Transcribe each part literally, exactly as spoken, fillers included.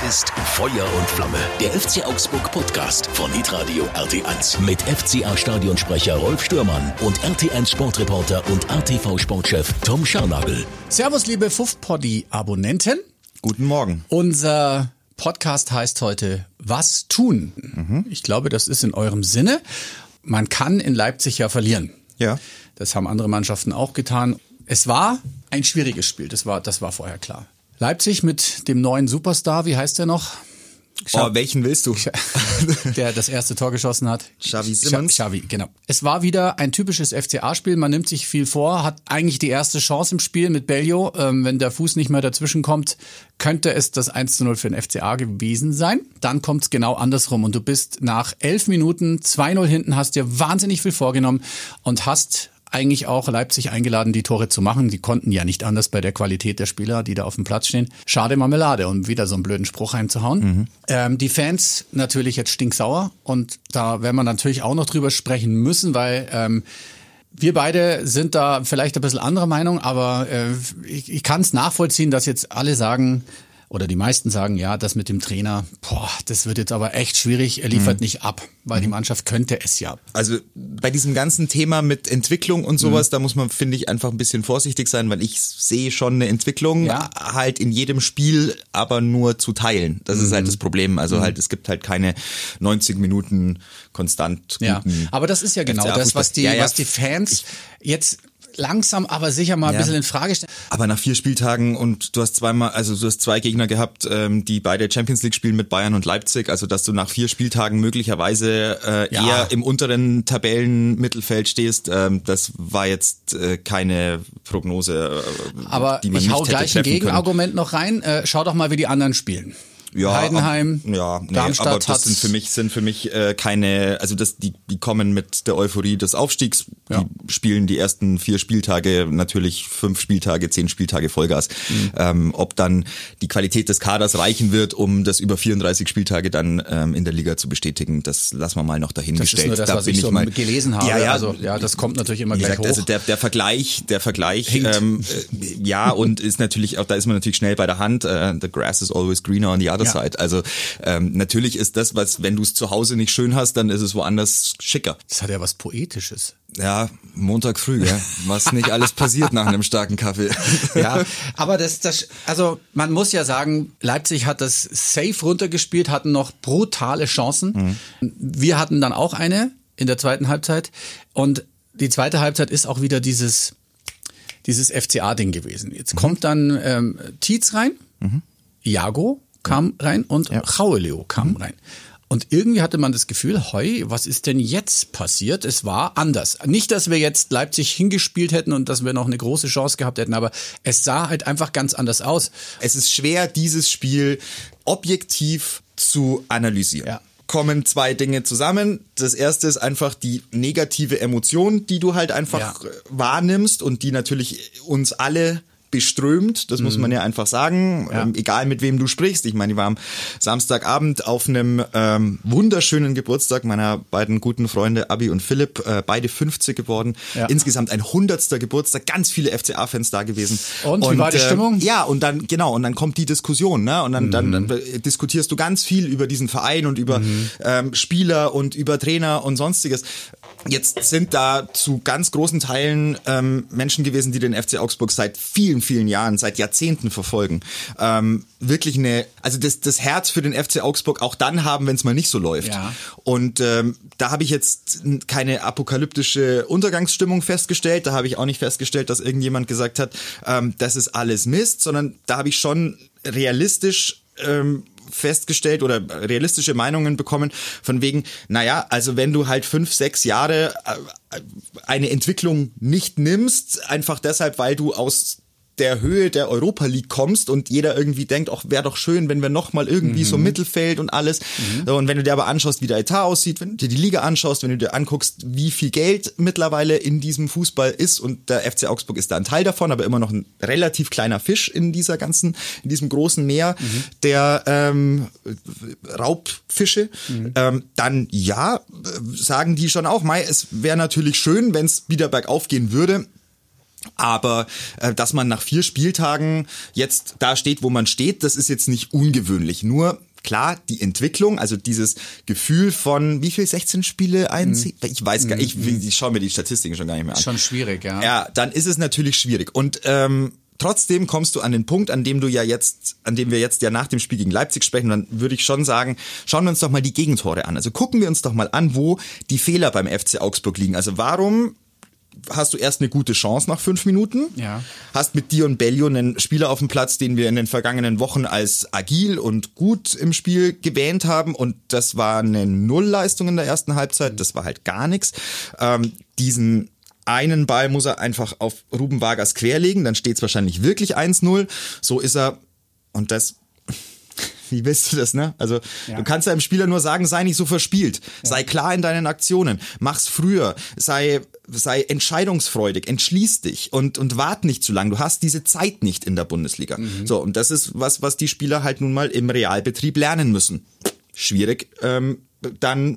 ist Feuer und Flamme, der F C Augsburg Podcast von Hitradio R T eins mit F C A-Stadionsprecher Rolf Stürmann und R T eins Sportreporter und A T V-Sportchef Tom Scharnagl. Servus, liebe Fuff-Poddy-Abonnenten. Guten Morgen. Unser Podcast heißt heute Was tun? Mhm. Ich glaube, das ist in eurem Sinne. Man kann in Leipzig ja verlieren. Ja. Das haben andere Mannschaften auch getan. Es war ein schwieriges Spiel, das war, das war vorher klar. Leipzig mit dem neuen Superstar, wie heißt der noch? Oh, welchen willst du? Der das erste Tor geschossen hat. Xavi Simons. Xavi, genau. Es war wieder ein typisches F C A-Spiel. Man nimmt sich viel vor, hat eigentlich die erste Chance im Spiel mit Bellio. Ähm, wenn der Fuß nicht mehr dazwischen kommt, könnte es das eins zu null für den F C A gewesen sein. Dann kommt es genau andersrum und du bist nach elf Minuten zwei null hinten, hast dir wahnsinnig viel vorgenommen und hast eigentlich auch Leipzig eingeladen, die Tore zu machen. Die konnten ja nicht anders bei der Qualität der Spieler, die da auf dem Platz stehen. Schade Marmelade, um wieder so einen blöden Spruch reinzuhauen. Mhm. Ähm, die Fans natürlich jetzt stinksauer und da werden wir natürlich auch noch drüber sprechen müssen, weil ähm, wir beide sind da vielleicht ein bisschen anderer Meinung, aber äh, ich, ich kann es nachvollziehen, dass jetzt alle sagen, oder die meisten sagen, ja, das mit dem Trainer, boah, das wird jetzt aber echt schwierig, er liefert mhm. nicht ab, weil mhm. die Mannschaft könnte es ja. Also bei diesem ganzen Thema mit Entwicklung und sowas, mhm. da muss man, finde ich, einfach ein bisschen vorsichtig sein, weil ich sehe schon eine Entwicklung, ja. halt in jedem Spiel, aber nur zu teilen. Das mhm. ist halt das Problem. Also mhm. halt, es gibt halt keine neunzig Minuten konstant guten Ja, aber das ist ja genau das, was die, ja, ja. was die Fans jetzt langsam, aber sicher mal ein ja. bisschen in Frage stellen. Aber nach vier Spieltagen und du hast zweimal, also du hast zwei Gegner gehabt, ähm, die beide Champions League spielen mit Bayern und Leipzig, also dass du nach vier Spieltagen möglicherweise äh, ja. eher im unteren Tabellenmittelfeld stehst, ähm, das war jetzt äh, keine Prognose, äh, aber die man ich nicht hau hätte gleich ein Gegenargument noch rein. Äh, schau doch mal, wie die anderen spielen. Ja, Heidenheim, ab, ja, nee, Darmstadt aber das sind für mich sind für mich äh, keine, also das die die kommen mit der Euphorie des Aufstiegs, ja. die spielen die ersten vier Spieltage natürlich fünf Spieltage, zehn Spieltage Vollgas. Mhm. Ähm, ob dann die Qualität des Kaders reichen wird, um das über vierunddreißig Spieltage dann ähm, in der Liga zu bestätigen, das lassen wir mal noch dahingestellt. Das ist nur das, da was bin ich so mal, gelesen habe. Ja, ja, also ja, das kommt natürlich immer gleich gesagt, hoch. Also der der Vergleich, der Vergleich, ähm, äh, ja und ist natürlich auch da ist man natürlich schnell bei der Hand. Uh, the grass is always greener on the other ja. side. Also Ähm, natürlich ist das, was, wenn du es zu Hause nicht schön hast, dann ist es woanders schicker. Das hat ja was Poetisches. Ja, Montag früh, ja. Was nicht alles passiert nach einem starken Kaffee. Ja, aber das, das, also man muss ja sagen, Leipzig hat das safe runtergespielt, hatten noch brutale Chancen. Mhm. Wir hatten dann auch eine in der zweiten Halbzeit und die zweite Halbzeit ist auch wieder dieses, dieses F C A-Ding gewesen. Jetzt mhm. kommt dann ähm, Tietz rein, mhm. Iago kam rein und ja. Rauleo kam mhm. rein. Und irgendwie hatte man das Gefühl, hoi, was ist denn jetzt passiert? Es war anders. Nicht, dass wir jetzt Leipzig hingespielt hätten und dass wir noch eine große Chance gehabt hätten, aber es sah halt einfach ganz anders aus. Es ist schwer, dieses Spiel objektiv zu analysieren. Ja. Kommen zwei Dinge zusammen. Das erste ist einfach die negative Emotion, die du halt einfach ja. wahrnimmst und die natürlich uns alle beströmt, das muss man ja einfach sagen, ja. ähm, egal mit wem du sprichst. Ich meine, ich war am Samstagabend auf einem ähm, wunderschönen Geburtstag meiner beiden guten Freunde Abi und Philipp, äh, beide fünfzig geworden. Ja. Insgesamt ein hundertster Geburtstag, ganz viele F C A-Fans da gewesen. Und, und wie war die äh, Stimmung? Ja, und dann, genau, und dann kommt die Diskussion, ne? Und dann, mhm. dann, dann diskutierst du ganz viel über diesen Verein und über mhm. ähm, Spieler und über Trainer und sonstiges. Jetzt sind da zu ganz großen Teilen ähm, Menschen gewesen, die den F C Augsburg seit vielen, vielen Jahren, seit Jahrzehnten verfolgen. Ähm, wirklich eine, also das, das Herz für den F C Augsburg auch dann haben, wenn es mal nicht so läuft. Ja. Und ähm, da habe ich jetzt keine apokalyptische Untergangsstimmung festgestellt. Da habe ich auch nicht festgestellt, dass irgendjemand gesagt hat, ähm, das ist alles Mist, sondern da habe ich schon realistisch ähm, festgestellt oder realistische Meinungen bekommen von wegen, naja, also wenn du halt fünf, sechs Jahre eine Entwicklung nicht nimmst, einfach deshalb, weil du aus der Höhe der Europa League kommst und jeder irgendwie denkt, ach, wäre doch schön, wenn wir nochmal irgendwie mhm. so Mittelfeld und alles. Mhm. Und wenn du dir aber anschaust, wie der Etat aussieht, wenn du dir die Liga anschaust, wenn du dir anguckst, wie viel Geld mittlerweile in diesem Fußball ist und der F C Augsburg ist da ein Teil davon, aber immer noch ein relativ kleiner Fisch in dieser ganzen, in diesem großen Meer mhm. der ähm, Raubfische, mhm. ähm, dann ja, sagen die schon auch, Mai, es wäre natürlich schön, wenn es wieder bergauf gehen würde. Aber äh, dass man nach vier Spieltagen jetzt da steht, wo man steht, das ist jetzt nicht ungewöhnlich. Nur klar, die Entwicklung, also dieses Gefühl von, wie viel, sechzehn Spiele einziehen? Mm. Ich weiß gar nicht, ich, ich schaue mir die Statistiken schon gar nicht mehr an. Schon schwierig, ja. Ja, dann ist es natürlich schwierig. Und ähm, trotzdem kommst du an den Punkt, an dem du ja jetzt, an dem wir jetzt ja nach dem Spiel gegen Leipzig sprechen, dann würde ich schon sagen, schauen wir uns doch mal die Gegentore an. Also gucken wir uns doch mal an, wo die Fehler beim F C Augsburg liegen. Also warum hast du erst eine gute Chance nach fünf Minuten, ja. hast mit Dion Bellio einen Spieler auf dem Platz, den wir in den vergangenen Wochen als agil und gut im Spiel gewähnt haben, und das war eine Nullleistung in der ersten Halbzeit, das war halt gar nichts. Ähm, diesen einen Ball muss er einfach auf Ruben Vargas querlegen, dann steht es wahrscheinlich wirklich eins null, so ist er, und das... Wie willst du das, ne? Also ja. Du kannst deinem Spieler nur sagen, sei nicht so verspielt, ja. sei klar in deinen Aktionen, mach's früher, sei sei entscheidungsfreudig, entschließ dich und und wart nicht zu lang. Du hast diese Zeit nicht in der Bundesliga. Mhm. So, und das ist was, was die Spieler halt nun mal im Realbetrieb lernen müssen. Schwierig, ähm, dann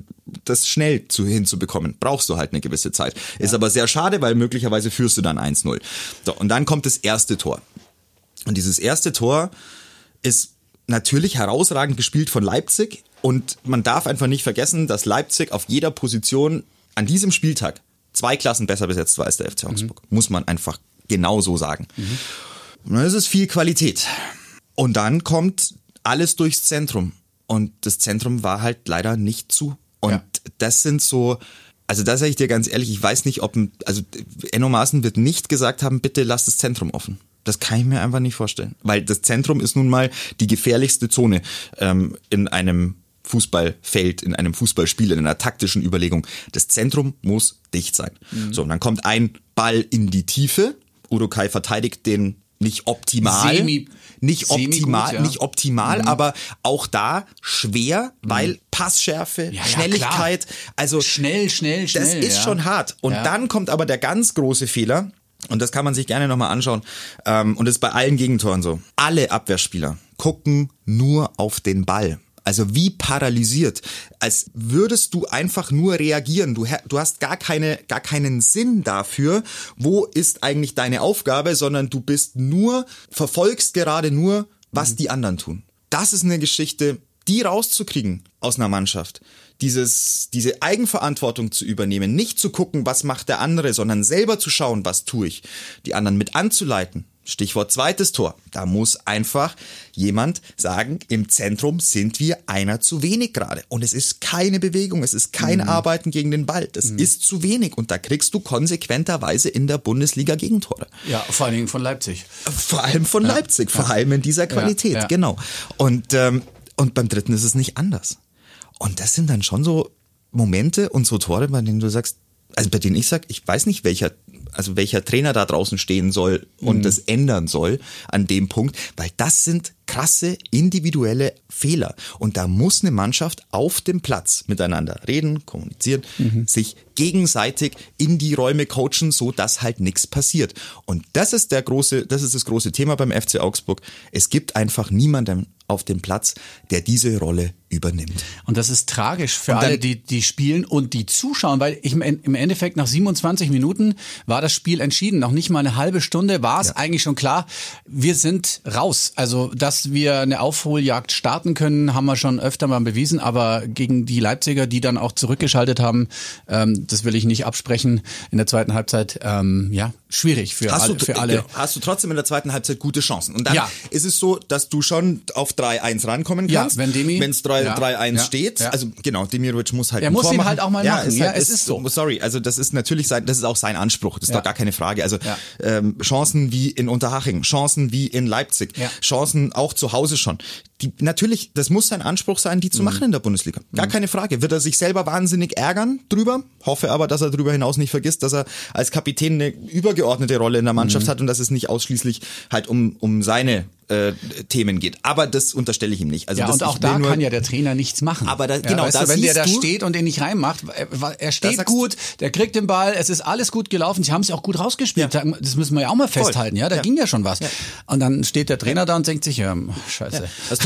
das schnell zu, hinzubekommen. Brauchst du halt eine gewisse Zeit. Ja. Ist aber sehr schade, weil möglicherweise führst du dann eins null. So, und dann kommt das erste Tor. Und dieses erste Tor ist natürlich herausragend gespielt von Leipzig, und man darf einfach nicht vergessen, dass Leipzig auf jeder Position an diesem Spieltag zwei Klassen besser besetzt war als der F C Augsburg. Mhm. Muss man einfach genau so sagen. Mhm. Und dann ist es viel Qualität. Und dann kommt alles durchs Zentrum. Und das Zentrum war halt leider nicht zu. Und ja. das sind so... Also da sage ich dir ganz ehrlich, ich weiß nicht, ob... Also Enno Maaßen wird nicht gesagt haben, bitte lass das Zentrum offen. Das kann ich mir einfach nicht vorstellen. Weil das Zentrum ist nun mal die gefährlichste Zone ähm, in einem Fußballfeld, in einem Fußballspiel, in einer taktischen Überlegung. Das Zentrum muss dicht sein. Mhm. So, und dann kommt ein Ball in die Tiefe. Udokai verteidigt den nicht optimal. Semi, nicht optimal, gut, ja. nicht optimal, mhm. aber auch da schwer, weil mhm. Passschärfe, ja, Schnelligkeit, ja, also schnell, schnell, schnell. Das ist ja. schon hart. Und ja. dann kommt aber der ganz große Fehler. Und das kann man sich gerne nochmal anschauen. Und das ist bei allen Gegentoren so. Alle Abwehrspieler gucken nur auf den Ball. Also wie paralysiert. Als würdest du einfach nur reagieren. Du, du hast gar keine, gar keinen Sinn dafür, wo ist eigentlich deine Aufgabe, sondern du bist nur, verfolgst gerade nur, was mhm. die anderen tun. Das ist eine Geschichte, die rauszukriegen aus einer Mannschaft. Dieses, diese Eigenverantwortung zu übernehmen, nicht zu gucken, was macht der andere, sondern selber zu schauen, was tue ich, die anderen mit anzuleiten. Stichwort zweites Tor. Da muss einfach jemand sagen, im Zentrum sind wir einer zu wenig gerade. Und es ist keine Bewegung, es ist kein mhm. Arbeiten gegen den Ball. Das mhm. ist zu wenig. Und da kriegst du konsequenterweise in der Bundesliga Gegentore. Ja, vor allen Dingen von Leipzig. Vor allem von ja. Leipzig, vor ja. allem in dieser Qualität, ja. Ja. genau. Und, ähm, und beim dritten ist es nicht anders. Und das sind dann schon so Momente und so Tore, bei denen du sagst, also bei denen ich sag, ich weiß nicht, welcher, also welcher Trainer da draußen stehen soll und mhm. das ändern soll an dem Punkt, weil das sind krasse individuelle Fehler. Und da muss eine Mannschaft auf dem Platz miteinander reden, kommunizieren, mhm. sich gegenseitig in die Räume coachen, so dass halt nichts passiert. Und das ist der große, das ist das große Thema beim F C Augsburg. Es gibt einfach niemanden auf dem Platz, der diese Rolle übernimmt. Und das ist tragisch für alle, die, die spielen und die zuschauen, weil ich im Endeffekt nach siebenundzwanzig Minuten war das Spiel entschieden. Noch nicht mal eine halbe Stunde war es ja. eigentlich schon klar, wir sind raus. Also, dass wir eine Aufholjagd starten können, haben wir schon öfter mal bewiesen, aber gegen die Leipziger, die dann auch zurückgeschaltet haben, ähm, das will ich nicht absprechen, in der zweiten Halbzeit, ähm, ja, schwierig für, hast alle, du, für alle. Ja, hast du trotzdem in der zweiten Halbzeit gute Chancen. Und dann ja. ist es so, dass du schon auf drei eins rankommen kannst. Ja, wenn es drei eins ja. steht. Ja. Also genau, Demirovic muss halt Er ein muss Tor ihn machen. halt auch mal ja, machen. Ist ja, halt, es ist so. Sorry, also das ist natürlich sein, das ist auch sein Anspruch. Das ist ja. doch gar keine Frage. Also ja. ähm, Chancen wie in Unterhaching, Chancen wie in Leipzig, ja. Chancen auch zu Hause schon. Die, natürlich, das muss sein Anspruch sein, die zu mhm. machen in der Bundesliga. Gar mhm. keine Frage. Wird er sich selber wahnsinnig ärgern drüber? Hoffe aber, dass er darüber hinaus nicht vergisst, dass er als Kapitän eine übergeordnete Rolle in der Mannschaft mhm. hat und dass es nicht ausschließlich halt um, um seine äh, Themen geht. Aber das unterstelle ich ihm nicht. Also ja, das, und auch da nur, kann ja der Trainer nichts machen. Aber da, ja, genau, weißt da du, wenn der da du, steht und den nicht reinmacht, er steht gut, der kriegt den Ball, es ist alles gut gelaufen, sie haben es auch gut rausgespielt. Ja. Das müssen wir ja auch mal festhalten, ja, da ja. ging ja schon was. Ja. Und dann steht der Trainer da und denkt sich, ja, scheiße. Ja. Dass du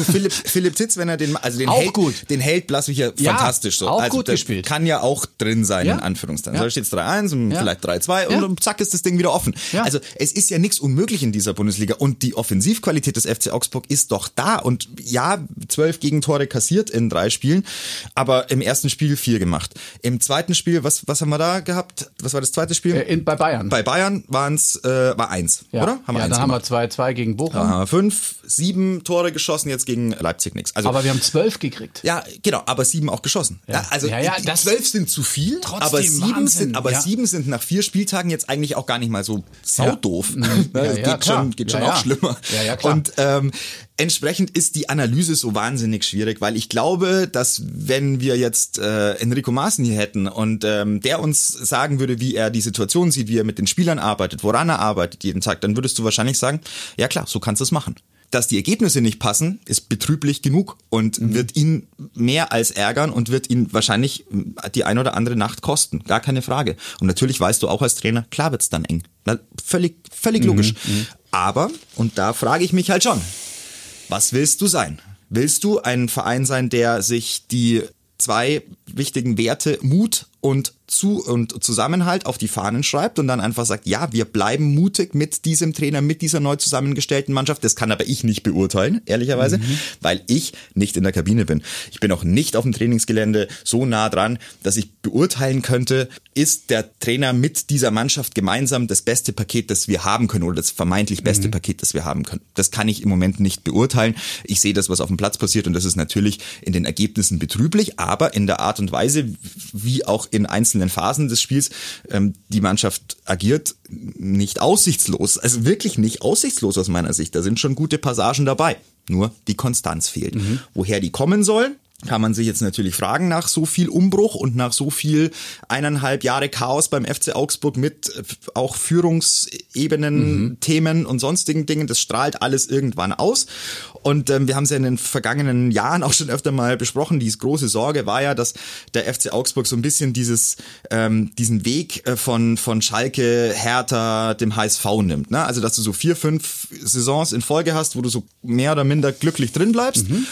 Philipp, Philipp Titz, wenn er den, also den auch hält, gut. den hält Blaswig Ja, fantastisch so. auch Also gut das gespielt. kann ja auch drin sein, Ja. in Anführungszeichen. Ja. Da steht es drei eins und Ja. vielleicht drei zwei Ja. und zack ist das Ding wieder offen. Ja. Also es ist ja nichts unmöglich in dieser Bundesliga und die Offensivqualität des F C Augsburg ist doch da und ja, zwölf Gegentore kassiert in drei Spielen, aber im ersten Spiel vier gemacht. Im zweiten Spiel, was, was haben wir da gehabt? Was war das zweite Spiel? Äh, in, bei Bayern. Bei Bayern waren's, äh, war eins, ja. oder? Haben wir ja, eins dann haben wir gemacht. zwei zwei gegen Bochum. Da haben wir fünf, sieben Tore geschossen, jetzt gegen Leipzig nichts. Also Aber wir haben zwölf gekriegt. ja, genau, aber sieben auch geschossen. Ja. Ja. also Ja, ja, die das- zwölf sind zu viel, Trotzdem aber sieben Wahnsinn, sind, aber ja. sieben sind nach vier Spieltagen jetzt eigentlich auch gar nicht mal so saudoof. Ja. Ja. Ja, Das ja, geht klar. schon, geht Ja, schon ja. auch schlimmer. Ja, ja, klar. Und ähm, entsprechend ist die Analyse so wahnsinnig schwierig, weil ich glaube, dass wenn wir jetzt äh, Enrico Maaßen hier hätten und ähm, der uns sagen würde, wie er die Situation sieht, wie er mit den Spielern arbeitet, woran er arbeitet jeden Tag, dann würdest du wahrscheinlich sagen, ja klar, so kannst du es machen. Dass die Ergebnisse nicht passen, ist betrüblich genug und mhm. wird ihn mehr als ärgern und wird ihn wahrscheinlich die ein oder andere Nacht kosten. Gar keine Frage. Und natürlich weißt du auch als Trainer, klar wird's dann eng. Na, völlig, völlig mhm. logisch. Mhm. Aber, und da frage ich mich halt schon, was willst du sein? Willst du ein Verein sein, der sich die zwei wichtigen Werte Mut und zu und Zusammenhalt auf die Fahnen schreibt und dann einfach sagt, ja, wir bleiben mutig mit diesem Trainer, mit dieser neu zusammengestellten Mannschaft. Das kann aber ich nicht beurteilen, ehrlicherweise, mhm. weil ich nicht in der Kabine bin. Ich bin auch nicht auf dem Trainingsgelände so nah dran, dass ich beurteilen könnte, ist der Trainer mit dieser Mannschaft gemeinsam das beste Paket, das wir haben können oder das vermeintlich beste mhm. Paket, das wir haben können. Das kann ich im Moment nicht beurteilen. Ich sehe das, was auf dem Platz passiert und das ist natürlich in den Ergebnissen betrüblich, aber in der Art und Weise, wie auch in einzelnen Phasen des Spiels ähm, die Mannschaft agiert, nicht aussichtslos. Also wirklich nicht aussichtslos aus meiner Sicht. Da sind schon gute Passagen dabei. Nur die Konstanz fehlt. Mhm. Woher die kommen soll, kann man sich jetzt natürlich fragen nach so viel Umbruch und nach so viel eineinhalb Jahre Chaos beim F C Augsburg mit auch Führungsebenen, mhm. Themen und sonstigen Dingen. Das strahlt alles irgendwann aus. Und ähm, wir haben es ja in den vergangenen Jahren auch schon öfter mal besprochen. Die große Sorge war ja, dass der F C Augsburg so ein bisschen dieses ähm, diesen Weg äh, von von Schalke, Hertha, dem H S V nimmt. Ne? Also dass du so vier, fünf Saisons in Folge hast, wo du so mehr oder minder glücklich drin bleibst. Mhm.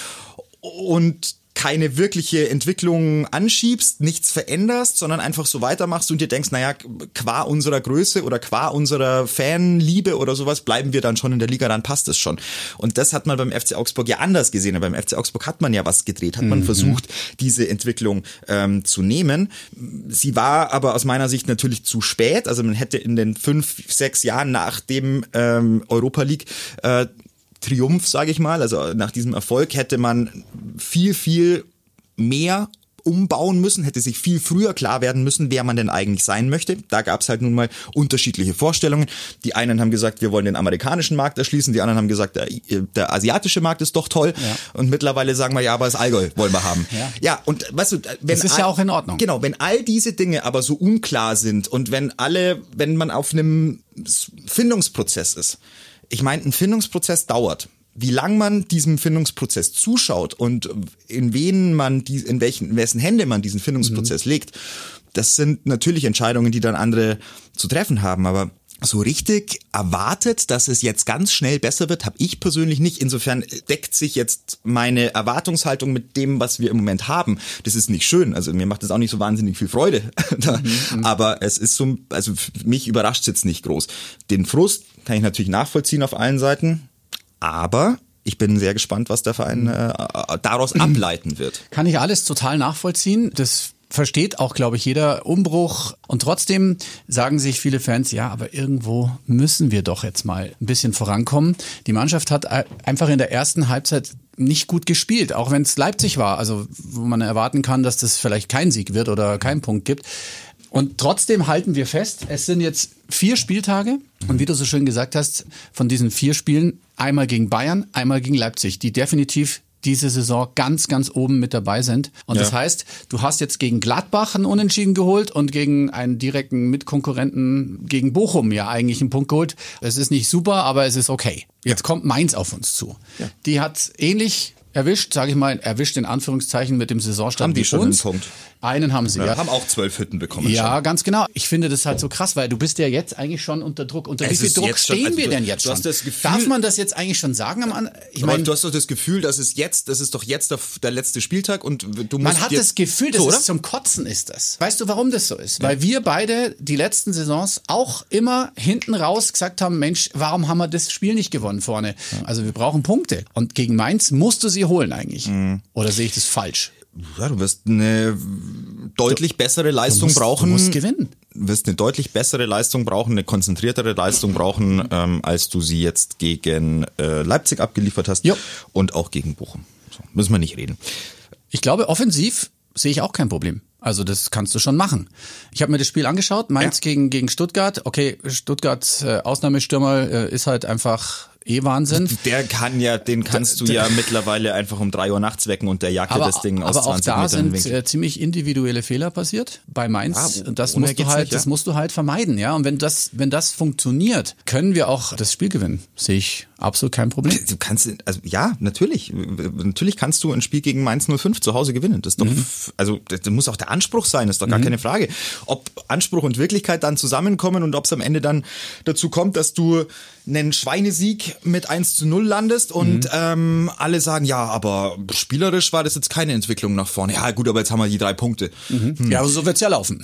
Und keine wirkliche Entwicklung anschiebst, nichts veränderst, sondern einfach so weitermachst und dir denkst, naja, qua unserer Größe oder qua unserer Fanliebe oder sowas bleiben wir dann schon in der Liga, dann passt es schon. Und das hat man beim F C Augsburg ja anders gesehen. Beim F C Augsburg hat man ja was gedreht, hat man mhm. versucht, diese Entwicklung ähm, zu nehmen. Sie war aber aus meiner Sicht natürlich zu spät. Also man hätte in den fünf, sechs Jahren nach dem ähm, Europa League äh, Triumph, sage ich mal, also nach diesem Erfolg hätte man viel, viel mehr umbauen müssen, hätte sich viel früher klar werden müssen, wer man denn eigentlich sein möchte. Da gab es halt nun mal unterschiedliche Vorstellungen. Die einen haben gesagt, wir wollen den amerikanischen Markt erschließen, die anderen haben gesagt, der, der asiatische Markt ist doch toll. Ja. Und mittlerweile sagen wir, ja, aber das Allgäu wollen wir haben. Ja, ja und weißt du, wenn das ist all, ja auch in Ordnung. Genau, wenn all diese Dinge aber so unklar sind und wenn alle, wenn man auf einem Findungsprozess ist, ich meine, ein Findungsprozess dauert. Wie lang man diesem Findungsprozess zuschaut und in wen man die, in welchen, in wessen Hände man diesen Findungsprozess mhm. legt, das sind natürlich Entscheidungen, die dann andere zu treffen haben. Aber so richtig erwartet, dass es jetzt ganz schnell besser wird, habe ich persönlich nicht. Insofern deckt sich jetzt meine Erwartungshaltung mit dem, was wir im Moment haben. Das ist nicht schön. Also mir macht das auch nicht so wahnsinnig viel Freude. mhm. Aber es ist so, also mich überrascht es jetzt nicht groß. Den Frust kann ich natürlich nachvollziehen auf allen Seiten. Aber ich bin sehr gespannt, was der Verein äh, daraus ableiten wird. Kann ich alles total nachvollziehen. Das versteht auch, glaube ich, jeder Umbruch. Und trotzdem sagen sich viele Fans, ja, aber irgendwo müssen wir doch jetzt mal ein bisschen vorankommen. Die Mannschaft hat einfach in der ersten Halbzeit nicht gut gespielt, auch wenn es Leipzig war. Also wo man erwarten kann, dass das vielleicht kein Sieg wird oder keinen Punkt gibt. Und trotzdem halten wir fest, es sind jetzt vier Spieltage und wie du so schön gesagt hast, von diesen vier Spielen einmal gegen Bayern, einmal gegen Leipzig, die definitiv diese Saison ganz, ganz oben mit dabei sind. Und ja. das heißt, du hast jetzt gegen Gladbach einen Unentschieden geholt und gegen einen direkten Mitkonkurrenten, gegen Bochum ja eigentlich einen Punkt geholt. Es ist nicht super, aber es ist okay. Jetzt ja. kommt Mainz auf uns zu. Ja. Die hat ähnlich erwischt, sage ich mal, erwischt in Anführungszeichen mit dem Saisonstart. Haben die schon uns. einen Punkt? Einen haben sie, ja. ja. Haben auch zwölf Hütten bekommen. Ja, schon. ganz genau. Ich finde das halt so krass, weil du bist ja jetzt eigentlich schon unter Druck. Unter Es wie viel ist Druck jetzt schon- stehen also wir du- denn jetzt du schon? hast das Gefühl- Darf man das jetzt eigentlich schon sagen am An- Ich Rolf, meine, du hast doch das Gefühl, dass es jetzt, das ist doch jetzt der, der letzte Spieltag und du musst man hat jetzt, das Gefühl, das so, oder? ist zum Kotzen ist das. Weißt du, warum das so ist? Weil wir beide die letzten Saisons auch immer hinten raus gesagt haben, Mensch, warum haben wir das Spiel nicht gewonnen vorne? Also wir brauchen Punkte. Und gegen Mainz musst du sie holen eigentlich. Mhm. Oder sehe ich das falsch? Ja, du wirst eine deutlich bessere Leistung Du musst, brauchen. du musst gewinnen. Du wirst eine deutlich bessere Leistung brauchen, eine konzentriertere Leistung brauchen, ähm, als du sie jetzt gegen äh, Leipzig abgeliefert hast Jo. und auch gegen Bochum. So, müssen wir nicht reden. Ich glaube, offensiv sehe ich auch kein Problem. Also das kannst du schon machen. Ich habe mir das Spiel angeschaut, Mainz Ja. gegen gegen Stuttgart. Okay, Stuttgarts äh, Ausnahmestürmer äh, ist halt einfach eh Wahnsinn. Der kann ja, den kannst du ja mittlerweile einfach um drei Uhr nachts wecken und der jagt dir Aber, das Ding aus aber auch zwanzig da Metern in den sind Winkel. äh, ziemlich individuelle Fehler passiert bei Mainz. Ja, Und das ohne musst du geht's halt, nicht, ja. das musst du halt vermeiden, ja. Und wenn das, wenn das funktioniert, können wir auch das Spiel gewinnen. Sehe ich absolut kein Problem. Du kannst, also ja, natürlich. Natürlich kannst du ein Spiel gegen Mainz null fünf zu Hause gewinnen. Das ist doch, Mhm. also das muss auch der Anspruch sein, ist doch gar keine Frage. Ob Anspruch und Wirklichkeit dann zusammenkommen und ob es am Ende dann dazu kommt, dass du einen Schweinesieg mit eins zu null landest und Mhm. ähm, alle sagen, ja, aber spielerisch war das jetzt keine Entwicklung nach vorne. Ja gut, aber jetzt haben wir die drei Punkte. Ja, aber so wird's ja laufen.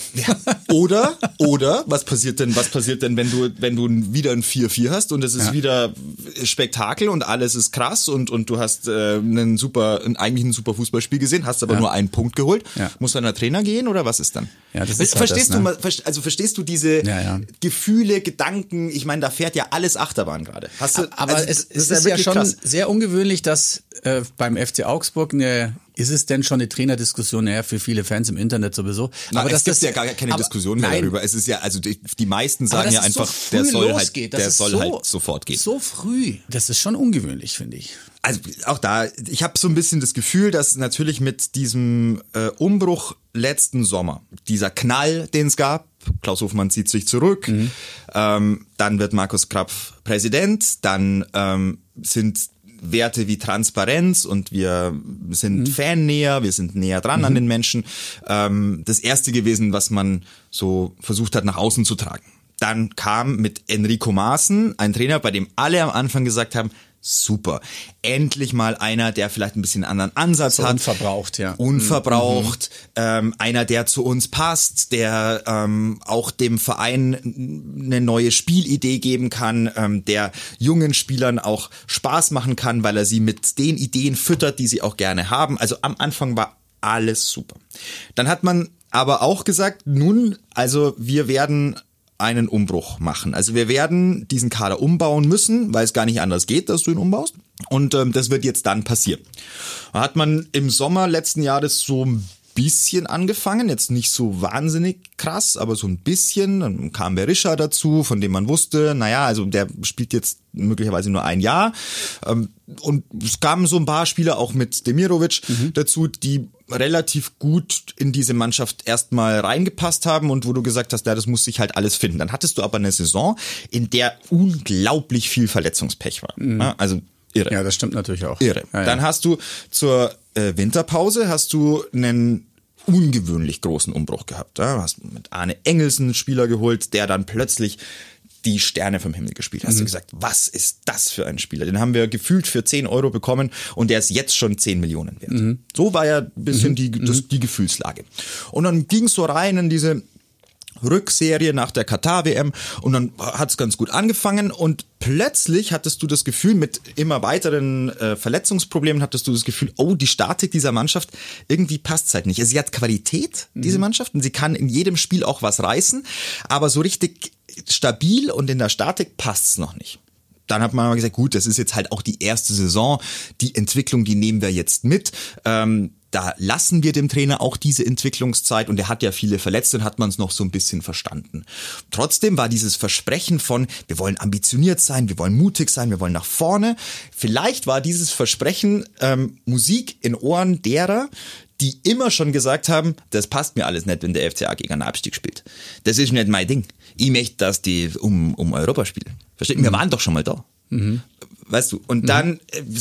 Oder, oder, was passiert denn, was passiert denn, wenn du, wenn du wieder ein vier vier hast und es ist Ja. wieder Spektakel und alles ist krass und, und du hast äh, einen super, ein, eigentlich ein super Fußballspiel gesehen, hast aber Ja. nur einen Punkt geholt. Ja. Muss dann der Trainer gehen oder was ist dann? Ja, das ist halt verstehst das, du ne? mal, ver- also verstehst du diese Ja, ja. Gefühle, Gedanken, ich meine, da fährt ja alles Achterbahn gerade. Hast du, Aber also, es, das es ist ja wirklich schon krass. sehr ungewöhnlich, dass äh, beim F C Augsburg eine, ist es denn schon eine Trainerdiskussion? Naja, für viele Fans im Internet sowieso. Na, aber es dass gibt das, ja gar keine aber, Diskussion mehr nein, darüber. Es ist ja, also die, die meisten aber sagen dass ja es einfach, so früh der soll losgeht, halt, dass der es soll so, halt sofort gehen. So früh. Das ist schon ungewöhnlich, finde ich. Also auch da, ich habe so ein bisschen das Gefühl, dass natürlich mit diesem äh, Umbruch letzten Sommer, dieser Knall, den es gab, Klaus Hofmann zieht sich zurück, Mhm. ähm, dann wird Markus Krapf Präsident, dann ähm, sind Werte wie Transparenz und wir sind Mhm. fannäher, wir sind näher dran an den Menschen. Ähm, das erste gewesen, was man so versucht hat, nach außen zu tragen. Dann kam mit Enrico Maaßen ein Trainer, bei dem alle am Anfang gesagt haben, super, endlich mal einer, der vielleicht ein bisschen einen anderen Ansatz So hat. unverbraucht, ja. Unverbraucht, ähm, einer, der zu uns passt, der ähm, auch dem Verein eine neue Spielidee geben kann, ähm, der jungen Spielern auch Spaß machen kann, weil er sie mit den Ideen füttert, die sie auch gerne haben. Also am Anfang war alles super. Dann hat man aber auch gesagt, nun, also wir werden einen Umbruch machen. Also wir werden diesen Kader umbauen müssen, weil es gar nicht anders geht, dass du ihn umbaust. Und ähm, das wird jetzt dann passieren. Da hat man im Sommer letzten Jahres so ein bisschen angefangen, jetzt nicht so wahnsinnig krass, aber so ein bisschen. Dann kam Berisha dazu, von dem man wusste, naja, also der spielt jetzt möglicherweise nur ein Jahr. Ähm, und es kamen so ein paar Spieler auch mit Demirovic Mhm. dazu, die relativ gut in diese Mannschaft erstmal reingepasst haben und wo du gesagt hast, ja, das muss sich halt alles finden. Dann hattest du aber eine Saison, in der unglaublich viel Verletzungspech war. Ja, also irre. Ja, das stimmt natürlich auch. Irre. Ja, ja. Dann hast du zur äh, Winterpause hast du einen ungewöhnlich großen Umbruch gehabt. Ja? Du hast mit Arne Engelsen einen Spieler geholt, der dann plötzlich die Sterne vom Himmel gespielt. Hast du gesagt, was ist das für ein Spieler? Den haben wir gefühlt für zehn Euro bekommen und der ist jetzt schon zehn Millionen wert. Mhm. So war ja ein bisschen die, das, die Gefühlslage. Und dann ging es so rein in diese Rückserie nach der Katar-W M und dann hat es ganz gut angefangen und plötzlich hattest du das Gefühl, mit immer weiteren äh, Verletzungsproblemen hattest du das Gefühl, oh, die Statik dieser Mannschaft, irgendwie passt es halt nicht. Also sie hat Qualität, diese Mannschaft, und sie kann in jedem Spiel auch was reißen, aber so richtig stabil und in der Statik passt's noch nicht. Dann hat man mal gesagt, gut, das ist jetzt halt auch die erste Saison, die Entwicklung, die nehmen wir jetzt mit. Ähm, da lassen wir dem Trainer auch diese Entwicklungszeit und er hat ja viele Verletzte und hat man es noch so ein bisschen verstanden. Trotzdem war dieses Versprechen von, wir wollen ambitioniert sein, wir wollen mutig sein, wir wollen nach vorne. Vielleicht war dieses Versprechen ähm, Musik in Ohren derer, die immer schon gesagt haben, das passt mir alles nicht, wenn der F C A gegen einen Abstieg spielt. Das ist nicht mein Ding. Ich möchte, dass die um, um Europa spielen. Versteht? Wir waren doch schon mal da. Mhm. Weißt du? Und dann sind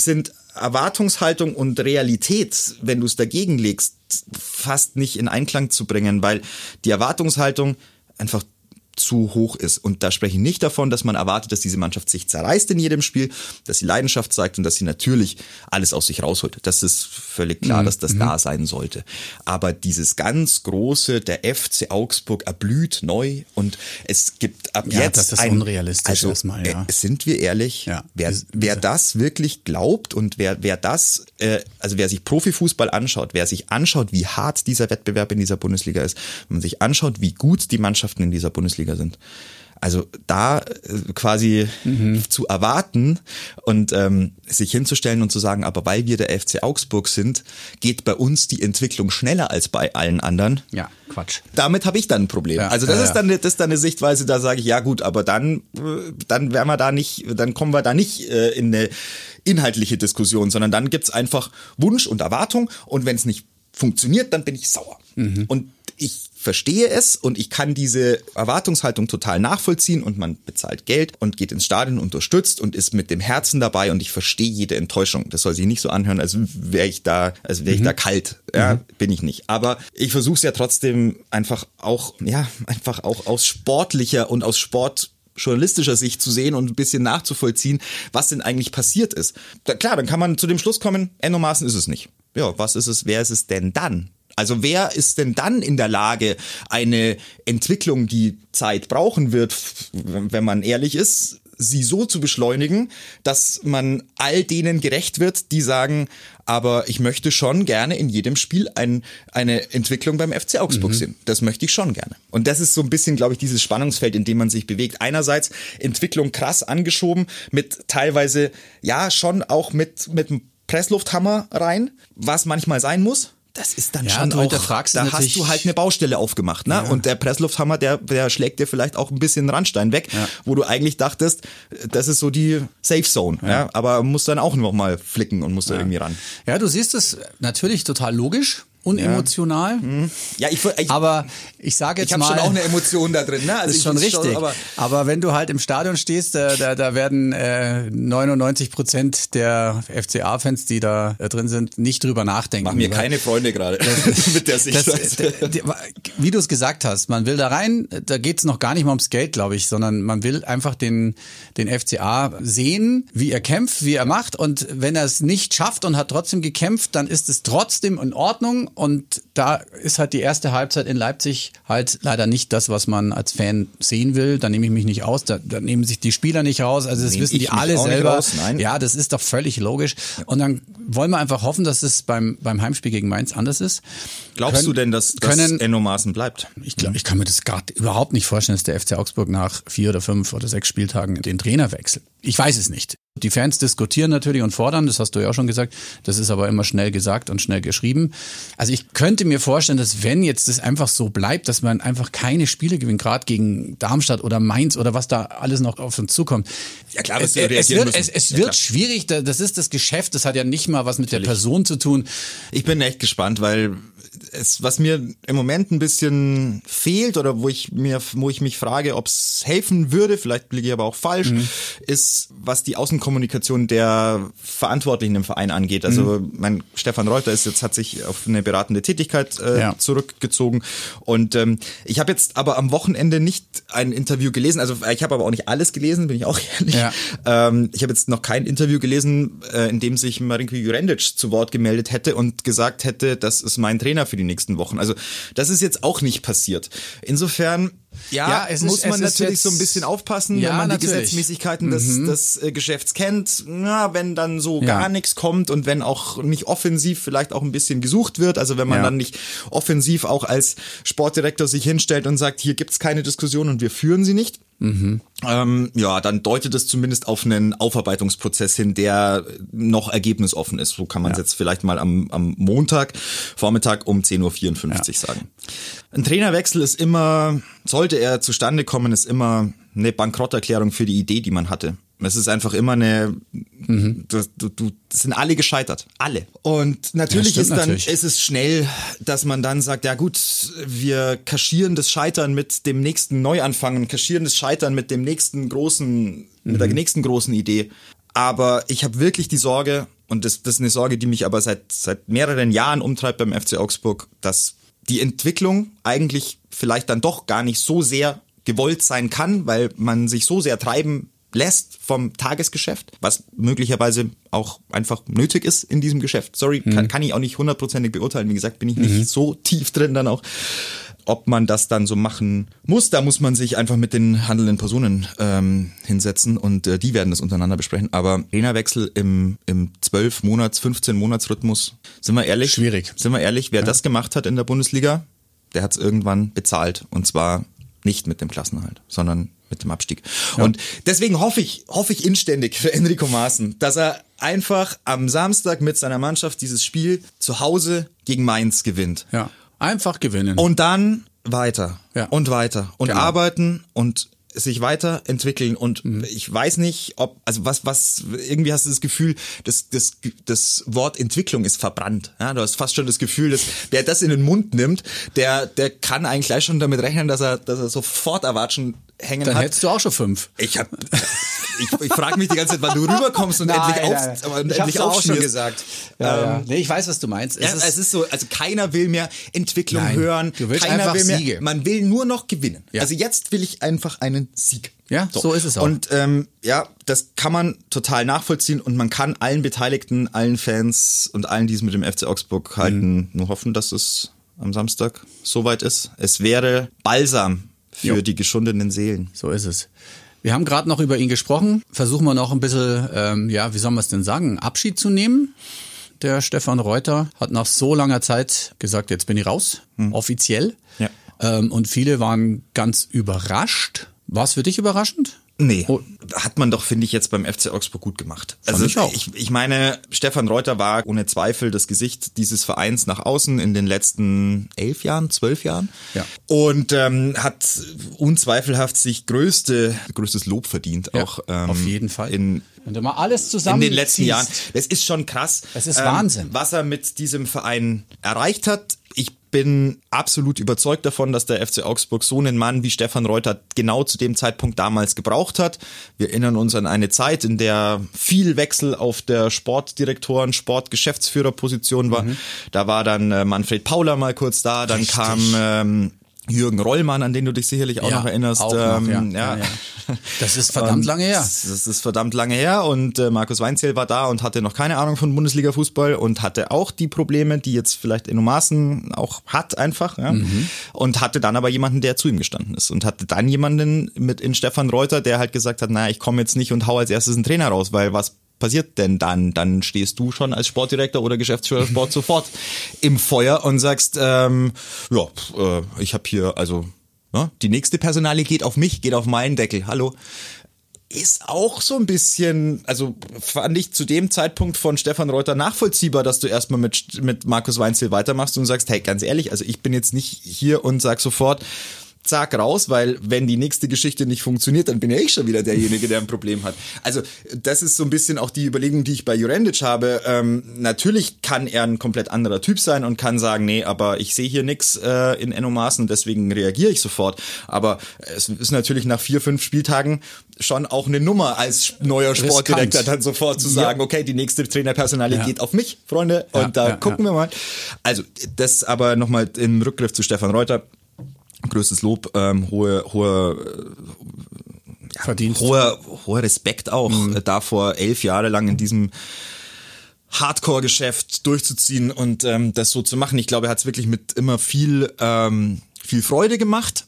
Erwartungshaltung und Realität, wenn du es dagegen legst, fast nicht in Einklang zu bringen, weil die Erwartungshaltung einfach zu hoch ist. Und da spreche ich nicht davon, dass man erwartet, dass diese Mannschaft sich zerreißt in jedem Spiel, dass sie Leidenschaft zeigt und dass sie natürlich alles aus sich rausholt. Das ist völlig klar, mhm. dass das mhm. da sein sollte. Aber dieses ganz große, der F C Augsburg erblüht neu und es gibt ab ja, jetzt das ist ein, unrealistisch also, erstmal, ja. äh, sind wir ehrlich, ja. wer, Diese, wer das wirklich glaubt und wer, wer das, äh, also wer sich Profifußball anschaut, wer sich anschaut, wie hart dieser Wettbewerb in dieser Bundesliga ist, wenn man sich anschaut, wie gut die Mannschaften in dieser Bundesliga sind. Also da äh, quasi mhm. zu erwarten und ähm, sich hinzustellen und zu sagen, aber weil wir der F C Augsburg sind, geht bei uns die Entwicklung schneller als bei allen anderen. Ja, Quatsch. Damit habe ich dann ein Problem. Ja, also das ja, ist dann das ist dann eine Sichtweise, da sage ich, ja gut, aber dann dann werden wir da nicht, dann kommen wir da nicht äh, in eine inhaltliche Diskussion, sondern dann gibt's einfach Wunsch und Erwartung und wenn es nicht funktioniert, dann bin ich sauer. Mhm. Und ich verstehe es und ich kann diese Erwartungshaltung total nachvollziehen und man bezahlt Geld und geht ins Stadion, unterstützt und ist mit dem Herzen dabei und ich verstehe jede Enttäuschung. Das soll sich nicht so anhören, als wäre ich da, als wäre ich mhm. da kalt. Ja, mhm. bin ich nicht. Aber ich versuche es ja trotzdem einfach auch, ja, einfach auch aus sportlicher und aus Sport journalistischer Sicht zu sehen und ein bisschen nachzuvollziehen, was denn eigentlich passiert ist. Da, klar, dann kann man zu dem Schluss kommen, Enno Maaßen ist es nicht. Ja, was ist es, wer ist es denn dann? Also wer ist denn dann in der Lage, eine Entwicklung, die Zeit brauchen wird, wenn man ehrlich ist, sie so zu beschleunigen, dass man all denen gerecht wird, die sagen, aber ich möchte schon gerne in jedem Spiel ein, eine Entwicklung beim F C Augsburg mhm. sehen. Das möchte ich schon gerne. Und das ist so ein bisschen, glaube ich, dieses Spannungsfeld, in dem man sich bewegt. Einerseits Entwicklung krass angeschoben, mit teilweise, ja, schon auch mit, mit einem Presslufthammer rein, was manchmal sein muss. Das ist dann ja, schon auch, da hast du halt eine Baustelle aufgemacht, ne? Ja. Und der Presslufthammer, der, der schlägt dir vielleicht auch ein bisschen Randstein weg, ja. wo du eigentlich dachtest, das ist so die Safe Zone, ja. ja? Aber musst dann auch noch mal flicken und musst ja. da irgendwie ran. Ja, du siehst es natürlich total logisch. Unemotional. Ja, ja ich, ich, aber ich sage jetzt ich mal. Ich habe schon auch eine Emotion da drin, ne? Also das ist schon richtig. Schon, aber, aber wenn du halt im Stadion stehst, da, da, da werden äh, neunundneunzig Prozent der F C A-Fans, die da äh, drin sind, nicht drüber nachdenken. Mach mir keine Freunde gerade mit der Sichtweise. Wie du es gesagt hast, man will da rein, da geht's noch gar nicht mal ums Geld, glaube ich, sondern man will einfach den, den F C A sehen, wie er kämpft, wie er macht und wenn er es nicht schafft und hat trotzdem gekämpft, dann ist es trotzdem in Ordnung. Und da ist halt die erste Halbzeit in Leipzig halt leider nicht das, was man als Fan sehen will. Da nehme ich mich nicht aus, da, da nehmen sich die Spieler nicht raus. Also das Nehm wissen die alle selber. Ja, das ist doch völlig logisch. Und dann wollen wir einfach hoffen, dass es beim, beim Heimspiel gegen Mainz anders ist. Glaubst können, du denn, dass, dass können, Enno Maaßen bleibt? Ich glaube, ich kann mir das gerade überhaupt nicht vorstellen, dass der F C Augsburg nach vier oder fünf oder sechs Spieltagen den Trainer wechselt. Ich weiß es nicht. Die Fans diskutieren natürlich und fordern, das hast du ja auch schon gesagt, das ist aber immer schnell gesagt und schnell geschrieben. Also ich könnte mir vorstellen, dass wenn jetzt das einfach so bleibt, dass man einfach keine Spiele gewinnt, gerade gegen Darmstadt oder Mainz oder was da alles noch auf uns zukommt. Ja klar, es, es wird, es, es ja, wird schwierig, das ist das Geschäft, das hat ja nicht mal was mit natürlich. Der Person zu tun. Ich bin echt gespannt, weil es, was mir im Moment ein bisschen fehlt oder wo ich mir, wo ich mich frage, ob es helfen würde, vielleicht liege ich aber auch falsch, mhm. ist, was die Außenkommunikation der Verantwortlichen im Verein angeht. Also mhm. mein Stefan Reuter ist jetzt, hat sich auf eine beratende Tätigkeit äh, ja. zurückgezogen und ähm, ich habe jetzt aber am Wochenende nicht ein Interview gelesen, also ich habe aber auch nicht alles gelesen, bin ich auch ehrlich. Ja. Ähm, ich habe jetzt noch kein Interview gelesen, äh, in dem sich Marinko Jurendic zu Wort gemeldet hätte und gesagt hätte, das ist mein Trainer für die nächsten Wochen. Also das ist jetzt auch nicht passiert. Insofern ja, ja es muss ist, man es natürlich jetzt, so ein bisschen aufpassen, ja, wenn man natürlich. die Gesetzmäßigkeiten des, mhm. des äh, Geschäfts kennt. Na, wenn dann so ja. gar nichts kommt und wenn auch nicht offensiv vielleicht auch ein bisschen gesucht wird, also wenn man ja. dann nicht offensiv auch als Sportdirektor sich hinstellt und sagt, hier gibt's keine Diskussion und wir führen sie nicht. Mhm. Ähm, ja, dann deutet es zumindest auf einen Aufarbeitungsprozess hin, der noch ergebnisoffen ist. So kann man es ja. jetzt vielleicht mal am, am Montag, Vormittag um zehn Uhr vierundfünfzig ja. sagen. Ein Trainerwechsel ist immer, sollte er zustande kommen, ist immer eine Bankrotterklärung für die Idee, die man hatte. Es ist einfach immer eine, mhm. du, du, du, das sind alle gescheitert. Alle. Und natürlich ja, ist dann, natürlich. ist es schnell, dass man dann sagt, ja gut, wir kaschieren das Scheitern mit dem nächsten Neuanfang und kaschieren das Scheitern mit dem nächsten großen, mhm. mit der nächsten großen Idee. Aber ich habe wirklich die Sorge, und das, das ist eine Sorge, die mich aber seit, seit mehreren Jahren umtreibt beim F C Augsburg, dass die Entwicklung eigentlich vielleicht dann doch gar nicht so sehr gewollt sein kann, weil man sich so sehr treiben lässt vom Tagesgeschäft, was möglicherweise auch einfach nötig ist in diesem Geschäft. Sorry, mhm. kann, kann ich auch nicht hundertprozentig beurteilen. Wie gesagt, bin ich nicht mhm. so tief drin dann auch. Ob man das dann so machen muss, da muss man sich einfach mit den handelnden Personen ähm, hinsetzen und äh, die werden das untereinander besprechen. Aber Trainerwechsel im, im zwölf Monats, fünfzehn Monats Rhythmus, sind wir ehrlich? Schwierig. Sind wir ehrlich, wer ja. das gemacht hat in der Bundesliga, der hat es irgendwann bezahlt. Und zwar nicht mit dem Klassenerhalt, sondern mit dem Abstieg. Ja. Und deswegen hoffe ich, hoffe ich inständig für Enrico Maaßen, dass er einfach am Samstag mit seiner Mannschaft dieses Spiel zu Hause gegen Mainz gewinnt. Ja, einfach gewinnen. Und dann weiter ja. und weiter und genau. arbeiten und sich weiterentwickeln und mhm. ich weiß nicht, ob, also was, was, irgendwie hast du das Gefühl, das, das, das Wort Entwicklung ist verbrannt. Ja, du hast fast schon das Gefühl, dass wer das in den Mund nimmt, der, der kann eigentlich gleich schon damit rechnen, dass er, dass er sofort Erwatschen hängen Dann hat. hättest du auch schon fünf. Ich hab, ich, ich frage mich die ganze Zeit, wann du rüberkommst und nein, endlich auf, nein, nein. und ich endlich hab's auch schon aufschmierst. gesagt. Ja, ähm, ja. Nee, ich weiß, was du meinst. Es, ja, ist, es ist so, also keiner will mehr Entwicklung nein, hören. Du willst keiner einfach will mehr, Siege. Man will nur noch gewinnen. Ja. Also jetzt will ich einfach einen Sieg. Ja, so, so ist es auch. Und ähm, ja, das kann man total nachvollziehen und man kann allen Beteiligten, allen Fans und allen, die es mit dem F C Augsburg halten, mhm. nur hoffen, dass es am Samstag soweit ist. Es wäre Balsam für jo. die geschundenen Seelen. So ist es. Wir haben gerade noch über ihn gesprochen. Versuchen wir noch ein bisschen, ähm, ja, wie soll man es denn sagen, Abschied zu nehmen. Der Stefan Reuter hat nach so langer Zeit gesagt, jetzt bin ich raus, hm. offiziell. Ja. Ähm, und viele waren ganz überrascht. War es für dich überraschend? Nee, oh. hat man doch, finde ich, jetzt beim F C Augsburg gut gemacht. Also ich, auch. ich, ich meine, Stefan Reuter war ohne Zweifel das Gesicht dieses Vereins nach außen in den letzten elf Jahren, zwölf Jahren. Ja. Und ähm, hat unzweifelhaft sich größte, größtes Lob verdient. Ja, auch ähm, auf jeden Fall. In, Wenn du mal alles zusammen in den letzten ziehst. Jahren. Das ist schon krass. Das ist ähm, Wahnsinn. Was er mit diesem Verein erreicht hat. Ich bin absolut überzeugt davon, dass der F C Augsburg so einen Mann wie Stefan Reuter genau zu dem Zeitpunkt damals gebraucht hat. Wir erinnern uns an eine Zeit, in der viel Wechsel auf der Sportdirektoren-, Sportgeschäftsführerposition war. Mhm. Da war dann äh, Manfred Pauler mal kurz da, dann Richtig. kam ähm, Jürgen Rollmann, an den du dich sicherlich auch ja, noch erinnerst. Auch noch, ähm, ja. Ja. Ja, ja. Das ist verdammt lange her. Das ist verdammt lange her und äh, Markus Weinzierl war da und hatte noch keine Ahnung von Bundesliga-Fußball und hatte auch die Probleme, die jetzt vielleicht Enno Maaßen auch hat einfach. Ja? Mhm. Und hatte dann aber jemanden, der zu ihm gestanden ist und hatte dann jemanden mit in Stefan Reuter, der halt gesagt hat, naja, ich komme jetzt nicht und hau als erstes einen Trainer raus, weil was passiert denn dann? Dann stehst du schon als Sportdirektor oder Geschäftsführer Sport sofort im Feuer und sagst, ähm, ja, äh, ich habe hier, also ja, die nächste Personalie geht auf mich, geht auf meinen Deckel. Hallo. Ist auch so ein bisschen, also fand ich zu dem Zeitpunkt von Stefan Reuter nachvollziehbar, dass du erstmal mit, mit Markus Weinzierl weitermachst und sagst, hey, ganz ehrlich, also ich bin jetzt nicht hier und sag sofort, zack, raus, weil wenn die nächste Geschichte nicht funktioniert, dann bin ja ich schon wieder derjenige, der ein Problem hat. Also das ist so ein bisschen auch die Überlegung, die ich bei Jurendic habe. Ähm, natürlich kann er ein komplett anderer Typ sein und kann sagen, nee, aber ich sehe hier nichts äh, in Enno Maaßen, deswegen reagiere ich sofort. Aber es ist natürlich nach vier, fünf Spieltagen schon auch eine Nummer als neuer Sportdirektor dann sofort zu sagen, ja. okay, die nächste Trainerpersonalie ja. geht auf mich, Freunde, und ja, da ja, gucken ja. wir mal. Also das aber nochmal im Rückgriff zu Stefan Reuter. Größtes Lob, ähm, hohe, hohe, ja, Verdienst. hoher, hoher Respekt auch, mhm. äh, davor elf Jahre lang in diesem Hardcore-Geschäft durchzuziehen und ähm, das so zu machen. Ich glaube, er hat es wirklich mit immer viel, ähm, viel Freude gemacht,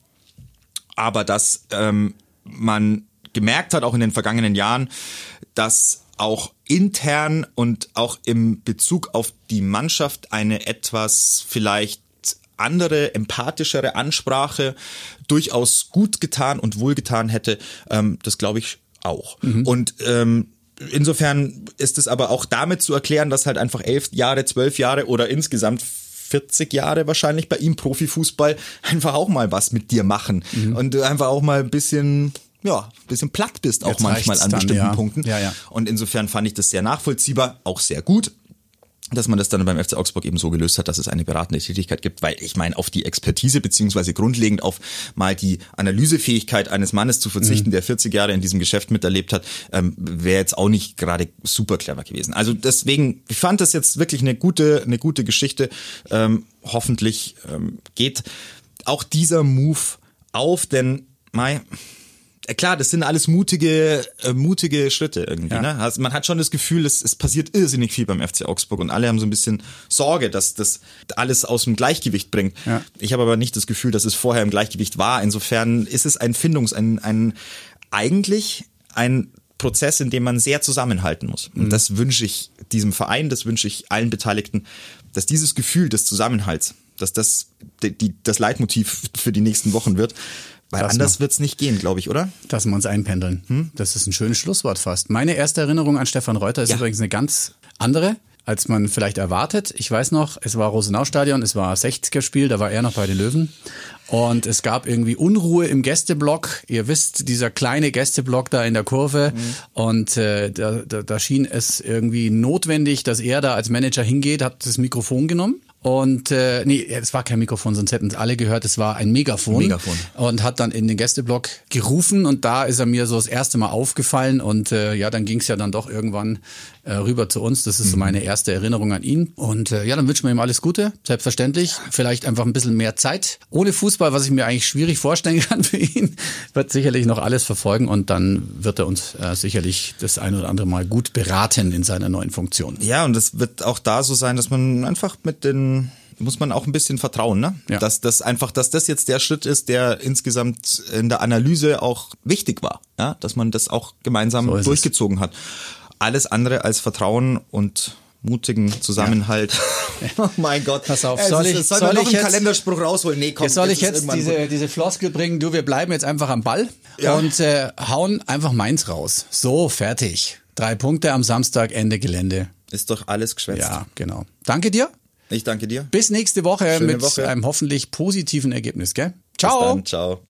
aber dass ähm, man gemerkt hat, auch in den vergangenen Jahren, dass auch intern und auch im Bezug auf die Mannschaft eine etwas vielleicht andere, empathischere Ansprache durchaus gut getan und wohlgetan hätte, ähm, das glaube ich auch. Mhm. Und ähm, insofern ist es aber auch damit zu erklären, dass halt einfach elf Jahre, zwölf Jahre oder insgesamt vierzig Jahre wahrscheinlich bei ihm Profifußball einfach auch mal was mit dir machen mhm. und du einfach auch mal ein bisschen... ja, ein bisschen platt bist auch Jetzt manchmal an dann, bestimmten ja. Punkten. Ja, ja. Und insofern fand ich das sehr nachvollziehbar, auch sehr gut. dass man das dann beim F C Augsburg eben so gelöst hat, dass es eine beratende Tätigkeit gibt, weil ich meine, auf die Expertise beziehungsweise grundlegend auf mal die Analysefähigkeit eines Mannes zu verzichten, mhm. der vierzig Jahre in diesem Geschäft miterlebt hat, ähm, wäre jetzt auch nicht gerade super clever gewesen. Also deswegen, ich fand das jetzt wirklich eine gute, eine gute Geschichte. Ähm, hoffentlich ähm, geht auch dieser Move auf, denn Mai, klar, das sind alles mutige, äh, mutige Schritte irgendwie. Ja. Ne? Also man hat schon das Gefühl, es, es passiert irrsinnig viel beim F C Augsburg und alle haben so ein bisschen Sorge, dass das alles aus dem Gleichgewicht bringt. Ja. Ich habe aber nicht das Gefühl, dass es vorher im Gleichgewicht war. Insofern ist es ein Findungs-, ein, ein eigentlich ein Prozess, in dem man sehr zusammenhalten muss. Und mhm. das wünsche ich diesem Verein, das wünsche ich allen Beteiligten, dass dieses Gefühl des Zusammenhalts, dass das die, die, das Leitmotiv für die nächsten Wochen wird. Weil das anders wird's nicht gehen, glaube ich, oder? Dass wir uns einpendeln. Hm? Das ist ein schönes Schlusswort fast. Meine erste Erinnerung an Stefan Reuter ist ja. übrigens eine ganz andere, als man vielleicht erwartet. Ich weiß noch, es war Rosenau-Stadion, es war sechziger-Spiel, da war er noch bei den Löwen. Und es gab irgendwie Unruhe im Gästeblock. Ihr wisst, dieser kleine Gästeblock da in der Kurve. Mhm. Und äh, da, da, da schien es irgendwie notwendig, dass er da als Manager hingeht, hat das Mikrofon genommen. Und äh, nee, es war kein Mikrofon, sonst hätten es alle gehört, es war ein Megafon. Megafon. Und hat dann in den Gästeblock gerufen und da ist er mir so das erste Mal aufgefallen und äh, ja, dann ging es ja dann doch irgendwann äh, rüber zu uns. Das ist so meine erste Erinnerung an ihn. Und äh, ja, dann wünschen wir ihm alles Gute, selbstverständlich. Vielleicht einfach ein bisschen mehr Zeit. Ohne Fußball, was ich mir eigentlich schwierig vorstellen kann für ihn, wird sicherlich noch alles verfolgen und dann wird er uns äh, sicherlich das ein oder andere Mal gut beraten in seiner neuen Funktion. Ja, und es wird auch da so sein, dass man einfach mit den muss man auch ein bisschen vertrauen, ne? Ja. Dass das einfach, dass das jetzt der Schritt ist, der insgesamt in der Analyse auch wichtig war, ja? Dass man das auch gemeinsam so durchgezogen es. hat. Alles andere als Vertrauen und mutigen Zusammenhalt. Ja. Oh mein Gott. Pass auf, soll ich, ist, soll soll man noch ich einen jetzt, Kalenderspruch rausholen? Nee, komm. Soll ich jetzt diese, diese Floskel bringen, du, wir bleiben jetzt einfach am Ball ja. und äh, hauen einfach Mainz raus. So, fertig. Drei Punkte am Samstag, Ende Gelände. Ist doch alles geschwätzt. Ja, genau. Danke dir. Ich danke dir. Bis nächste Woche Schöne mit Woche. einem hoffentlich positiven Ergebnis, gell? Ciao. Bis dann, ciao.